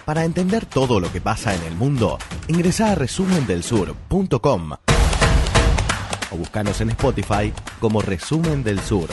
Para entender todo lo que pasa en el mundo, ingresá a resumendelsur.com o buscanos en Spotify como Resumen del Sur.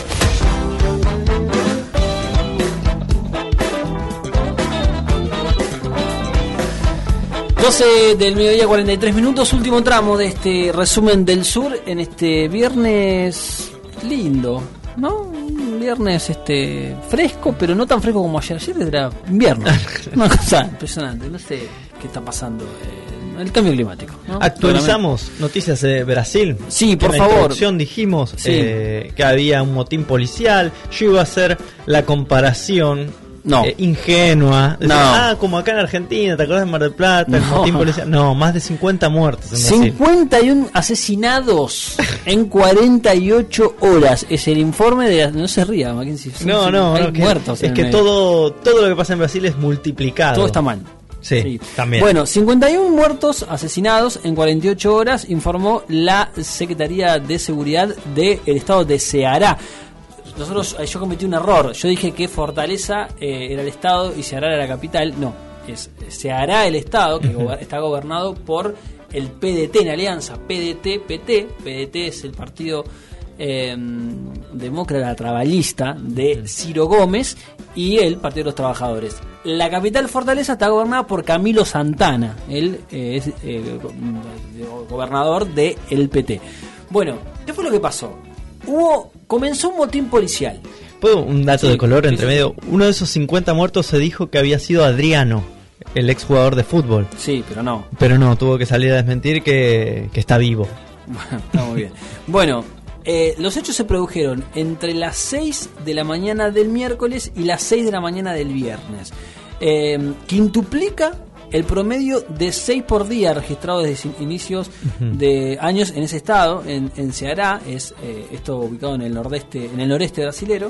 Del mediodía, 43 minutos, último tramo de este Resumen del Sur en este viernes lindo, ¿no? Un viernes fresco, pero no tan fresco como ayer. Ayer era invierno. Una cosa impresionante, no sé qué está pasando. El cambio climático, ¿no? Actualizamos noticias de Brasil. Sí, por favor. En la introducción dijimos que había un motín policial. Yo iba a hacer la comparación ingenua. Decir, como acá en Argentina, ¿te acordás de Mar del Plata? El motín policial. No, más de 50 muertos en 51 asesinados en 48 horas. Es el informe de... No se ría, Mackenzie. Hay muertos. Es que todo lo que pasa en Brasil es multiplicado. Todo está mal. Sí, también. Bueno, 51 muertos asesinados en 48 horas, informó la Secretaría de Seguridad del Estado de Ceará. Yo cometí un error. Yo dije que Fortaleza era el Estado y Ceará era la capital. No, es Ceará el Estado, que está gobernado por el PDT en alianza PDT-PT. PDT es el partido demócrata traballista de Ciro Gómez y el Partido de los Trabajadores. La capital Fortaleza está gobernada por Camilo Santana. Él es gobernador del PT. Bueno, ¿qué fue lo que pasó? Comenzó un motín policial. ¿Puedo un dato de color entre medio? Uno de esos 50 muertos se dijo que había sido Adriano, el exjugador de fútbol. Sí, pero no. Pero no, tuvo que salir a desmentir que está vivo. Bueno, está muy bien. Bueno, los hechos se produjeron entre las 6 de la mañana del miércoles y las 6 de la mañana del viernes. Quintuplica el promedio de 6 por día registrado desde inicios de años en ese estado, en Ceará, esto ubicado en el noreste brasilero,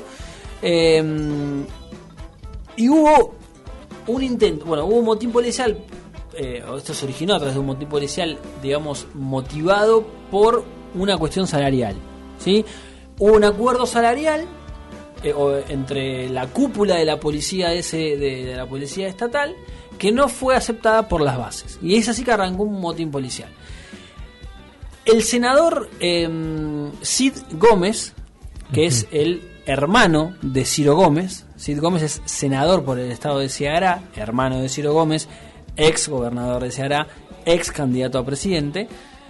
y hubo un intento, hubo un motín policial, esto se originó a través de un motín policial, digamos, motivado por una cuestión salarial, ¿sí? Hubo un acuerdo salarial entre la cúpula de la policía de la policía estatal, que no fue aceptada por las bases, y es así que arrancó un motín policial. El senador Cid Gómez, que es el hermano de Ciro Gómez. Cid Gómez es senador por el estado de Ceará, hermano de Ciro Gómez, ex gobernador de Ceará, ex candidato a presidente.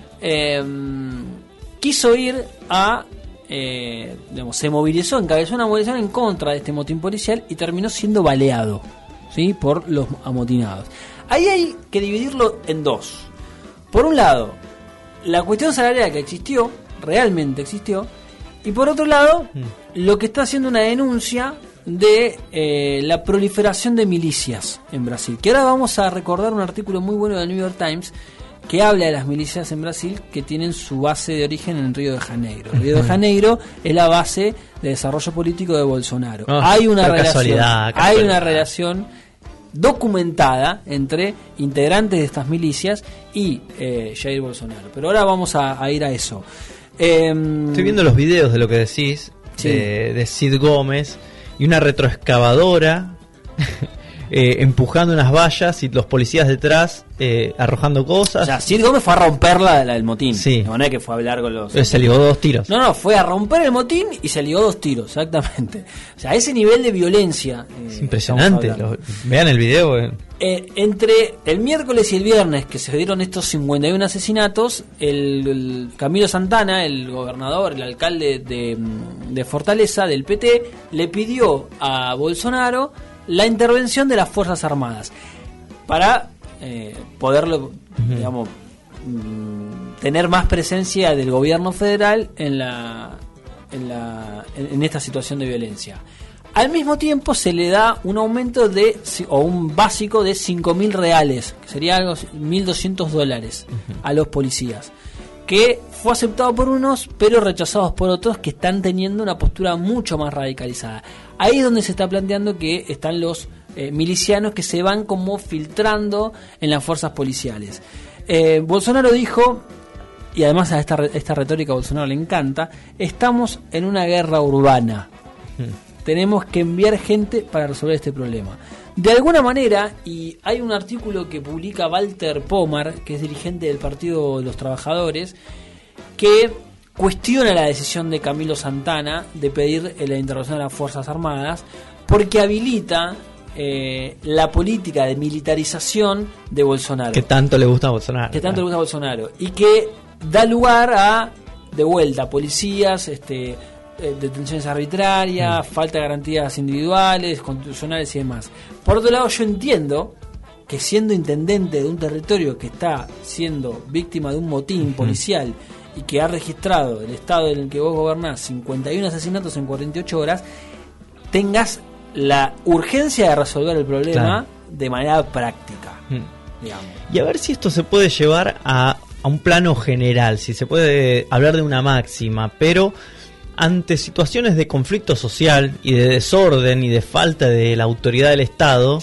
Quiso ir a se movilizó, encabezó una movilización en contra de este motín policial y terminó siendo baleado, ¿sí?, por los amotinados. Ahí hay que dividirlo en dos. Por un lado, la cuestión salarial que existió, realmente existió, y por otro lado, lo que está haciendo una denuncia de la proliferación de milicias en Brasil. Que ahora vamos a recordar un artículo muy bueno del New York Times que habla de las milicias en Brasil que tienen su base de origen en Río de Janeiro. Río de Janeiro es la base de desarrollo político de Bolsonaro. Hay una relación documentada entre integrantes de estas milicias y Jair Bolsonaro. Pero ahora vamos a ir a eso. Estoy viendo los videos de lo que decís, sí, de Cid Gómez, y una retroexcavadora empujando unas vallas y los policías detrás arrojando cosas. O sea, Cid Gómez fue a romper la del motín. Sí. No es que fue a hablar con los... Se ligó 2 tiros. No, fue a romper el motín y se ligó 2 tiros, exactamente. O sea, ese nivel de violencia... es impresionante. Vean el video. Entre el miércoles y el viernes que se dieron estos 51 asesinatos, el Camilo Santana, el gobernador, el alcalde de Fortaleza, del PT, le pidió a Bolsonaro la intervención de las Fuerzas Armadas para poderlo, digamos, tener más presencia del gobierno federal en esta situación de violencia. Al mismo tiempo se le da un aumento o un básico de 5.000 reales, que sería algo $1.200 a los policías, que fue aceptado por unos pero rechazados por otros que están teniendo una postura mucho más radicalizada. Ahí es donde se está planteando que están los milicianos que se van como filtrando en las fuerzas policiales. Bolsonaro dijo, y además a esta retórica a Bolsonaro le encanta, estamos en una guerra urbana. Tenemos que enviar gente para resolver este problema. De alguna manera, y hay un artículo que publica Walter Pomar, que es dirigente del Partido de los Trabajadores, que cuestiona la decisión de Camilo Santana de pedir la intervención de las Fuerzas Armadas, porque habilita la política de militarización de Bolsonaro. Que tanto le gusta a Bolsonaro. Que tanto le gusta a Bolsonaro. Y que da lugar a, de vuelta, policías, detenciones arbitrarias, falta de garantías individuales, constitucionales y demás. Por otro lado, yo entiendo que siendo intendente de un territorio que está siendo víctima de un motín policial y que ha registrado el estado en el que vos gobernás 51 asesinatos en 48 horas, tengas la urgencia de resolver el problema de manera práctica, digamos. Y a ver si esto se puede llevar a un plano general, si se puede hablar de una máxima, pero ante situaciones de conflicto social y de desorden y de falta de la autoridad del Estado,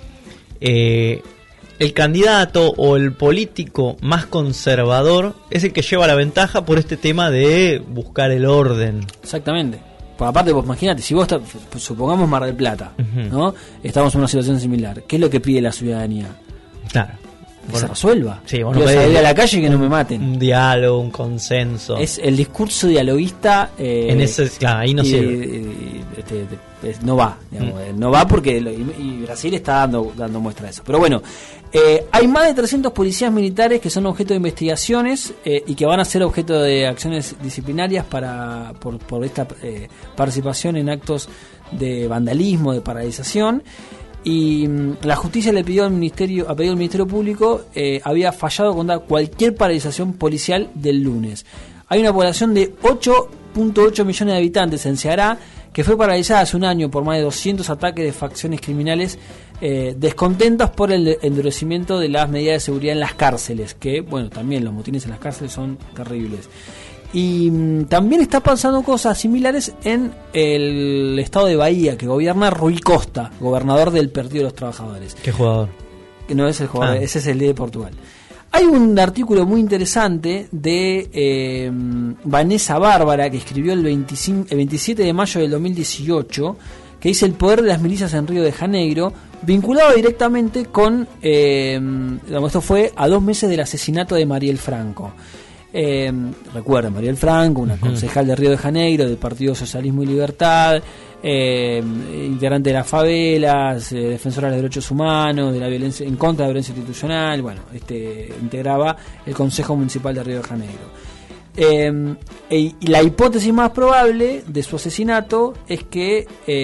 el candidato o el político más conservador es el que lleva la ventaja por este tema de buscar el orden. Exactamente. Por aparte, vos imagínate, si vos supongamos Mar del Plata, ¿no? Estamos en una situación similar. ¿Qué es lo que pide la ciudadanía? Claro. Que se resuelva. Sí, quiero salir a la calle y que no me maten. Un diálogo, un consenso. Es el discurso dialoguista. En ese, ahí no sirve. No va, digamos, no va porque y Brasil está dando muestra de eso. Pero bueno, hay más de 300 policías militares que son objeto de investigaciones y que van a ser objeto de acciones disciplinarias por esta participación en actos de vandalismo, de paralización. Y la justicia le pidió al Ministerio Público había fallado contra cualquier paralización policial del lunes. Hay una población de 8.8 millones de habitantes en Ceará que fue paralizada hace un año por más de 200 ataques de facciones criminales descontentas por el endurecimiento de las medidas de seguridad en las cárceles, que bueno, también los motines en las cárceles son terribles. Y también está pasando cosas similares en el estado de Bahía, que gobierna Rui Costa, gobernador del Partido de los Trabajadores. ¿Qué jugador? No es el jugador, ese es el de Portugal. Hay un artículo muy interesante de Vanessa Bárbara, que escribió el 27 de mayo del 2018, que dice: el poder de las milicias en Río de Janeiro, vinculado directamente con, esto fue a 2 meses del asesinato de Mariel Franco. Recuerden, Mariel Franco, una concejal de Río de Janeiro del Partido Socialismo y Libertad, integrante de las favelas, defensora de los derechos humanos, de la violencia, en contra de la violencia institucional. Bueno, integraba el Consejo Municipal de Río de Janeiro. Y la hipótesis más probable de su asesinato es que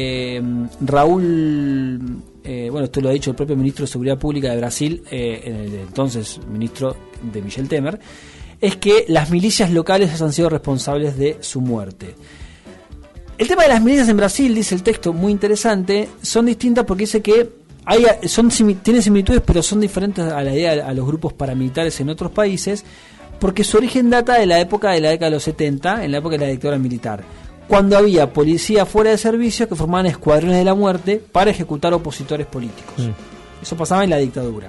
Raúl, esto lo ha dicho el propio ministro de Seguridad Pública de Brasil, el entonces ministro de Michel Temer, es que las milicias locales han sido responsables de su muerte. El tema de las milicias en Brasil, dice el texto, muy interesante, son distintas porque dice que tienen similitudes, pero son diferentes a la idea a los grupos paramilitares en otros países, porque su origen data de la década de los 70, en la época de la dictadura militar, cuando había policía fuera de servicio que formaban escuadrones de la muerte para ejecutar opositores políticos. Eso pasaba en la dictadura.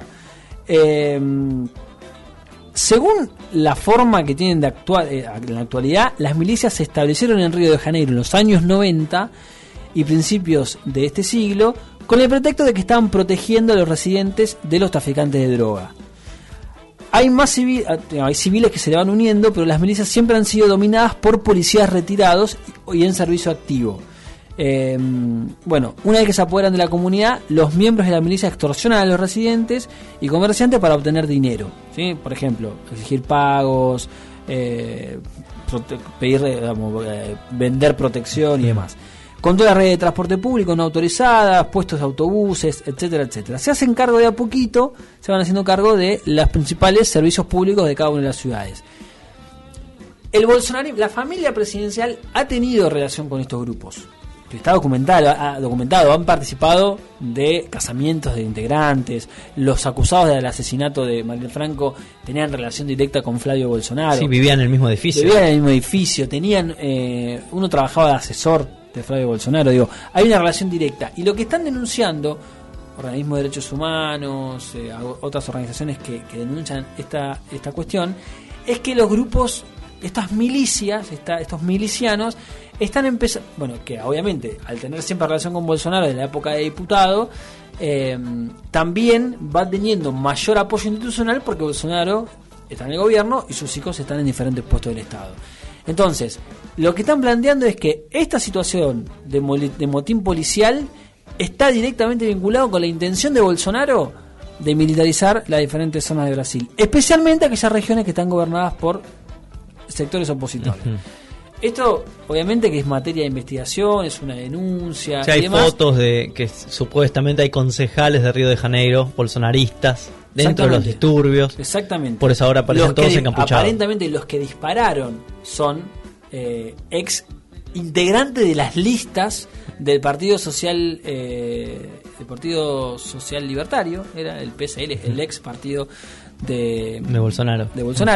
Según la forma que tienen de actuar en la actualidad, las milicias se establecieron en Río de Janeiro en los años 90 y principios de este siglo, con el pretexto de que estaban protegiendo a los residentes de los traficantes de droga. Hay civiles que se le van uniendo, pero las milicias siempre han sido dominadas por policías retirados y en servicio activo. Una vez que se apoderan de la comunidad, los miembros de la milicia extorsionan a los residentes y comerciantes para obtener dinero, ¿sí? Por ejemplo, exigir pagos, vender protección y demás. Controla la red de transporte público no autorizadas, puestos de autobuses, etcétera, etcétera. Se hacen cargo de a poquito, se van haciendo cargo de los principales servicios públicos de cada una de las ciudades. El bolsonarismo, la familia presidencial ha tenido relación con estos grupos. Está documentado, han participado de casamientos de integrantes, los acusados del asesinato de Mariel Franco tenían relación directa con Flavio Bolsonaro. Sí, vivían en el mismo edificio. Uno trabajaba de asesor de Flavio Bolsonaro, hay una relación directa. Y lo que están denunciando organismos de derechos humanos, otras organizaciones que denuncian esta cuestión, es que los grupos estas milicias, estos milicianos, están empezando, bueno, que obviamente al tener siempre relación con Bolsonaro desde la época de diputado, también va teniendo mayor apoyo institucional porque Bolsonaro está en el gobierno y sus hijos están en diferentes puestos del Estado. Entonces, lo que están planteando es que esta situación de motín policial está directamente vinculado con la intención de Bolsonaro de militarizar las diferentes zonas de Brasil, especialmente aquellas regiones que están gobernadas por sectores opositores. Esto, obviamente, que es materia de investigación, es una denuncia. Sí, hay demás. Fotos de que supuestamente hay concejales de Río de Janeiro, bolsonaristas, dentro de los disturbios. Exactamente. Por eso ahora aparecen todos encapuchados. Aparentemente, los que dispararon son ex integrantes de las listas del Partido Social, el Partido Social Libertario, era el PSL, el ex partido de Bolsonaro.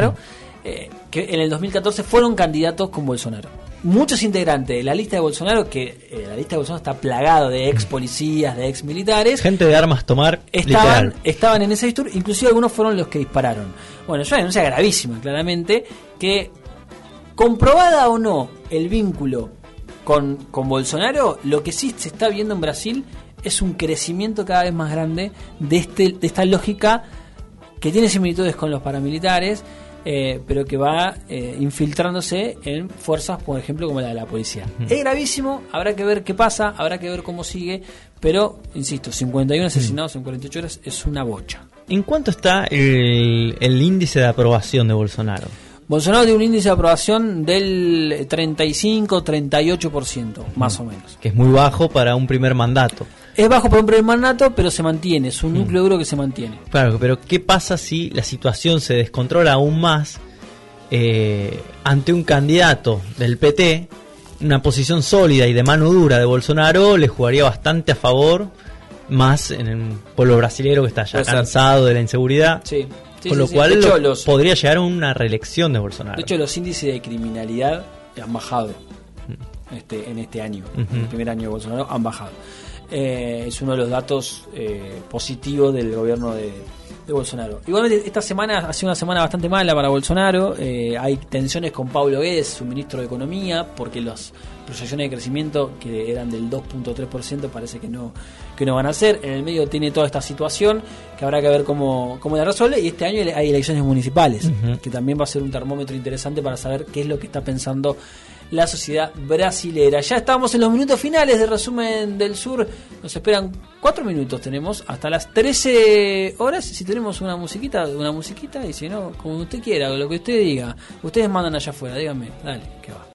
Que en el 2014 fueron candidatos con Bolsonaro. Muchos integrantes de la lista de Bolsonaro, que la lista de Bolsonaro está plagada de ex policías, de ex militares, gente de armas tomar, estaban en ese disturbo, inclusive algunos fueron los que dispararon. Bueno, es una denuncia gravísima, claramente, que comprobada o no el vínculo con Bolsonaro, lo que sí se está viendo en Brasil es un crecimiento cada vez más grande de esta lógica que tiene similitudes con los paramilitares, pero que va infiltrándose en fuerzas, por ejemplo, como la de la policía. Es gravísimo, habrá que ver qué pasa, habrá que ver cómo sigue, pero, insisto, 51 asesinados en 48 horas es una bocha. ¿En cuánto está el índice de aprobación de Bolsonaro? Bolsonaro tiene un índice de aprobación del 35-38%, más o menos. Que es muy bajo para un primer mandato. Es bajo para un primer mandato, pero se mantiene, es un núcleo duro que se mantiene. Claro, pero ¿qué pasa si la situación se descontrola aún más ante un candidato del PT? Una posición sólida y de mano dura de Bolsonaro le jugaría bastante a favor, más en el pueblo brasileño que está ya cansado de la inseguridad. Sí. Con lo cual podría llegar a una reelección de Bolsonaro. De hecho, los índices de criminalidad han bajado en este año. En el primer año de Bolsonaro han bajado. Es uno de los datos positivos del gobierno de Bolsonaro. Igualmente, esta semana ha sido una semana bastante mala para Bolsonaro. Hay tensiones con Paulo Guedes, su ministro de Economía, porque las proyecciones de crecimiento, que eran del 2.3%, parece que no van a ser. En el medio tiene toda esta situación que habrá que ver cómo la resuelve. Y este año hay elecciones municipales, que también va a ser un termómetro interesante para saber qué es lo que está pensando la sociedad brasilera. Ya estamos en los minutos finales de Resumen del Sur. Nos esperan 4 minutos, tenemos hasta las 13 horas. Si tenemos una musiquita, y si no, como usted quiera, lo que usted diga. Ustedes mandan allá afuera, díganme, dale, que va.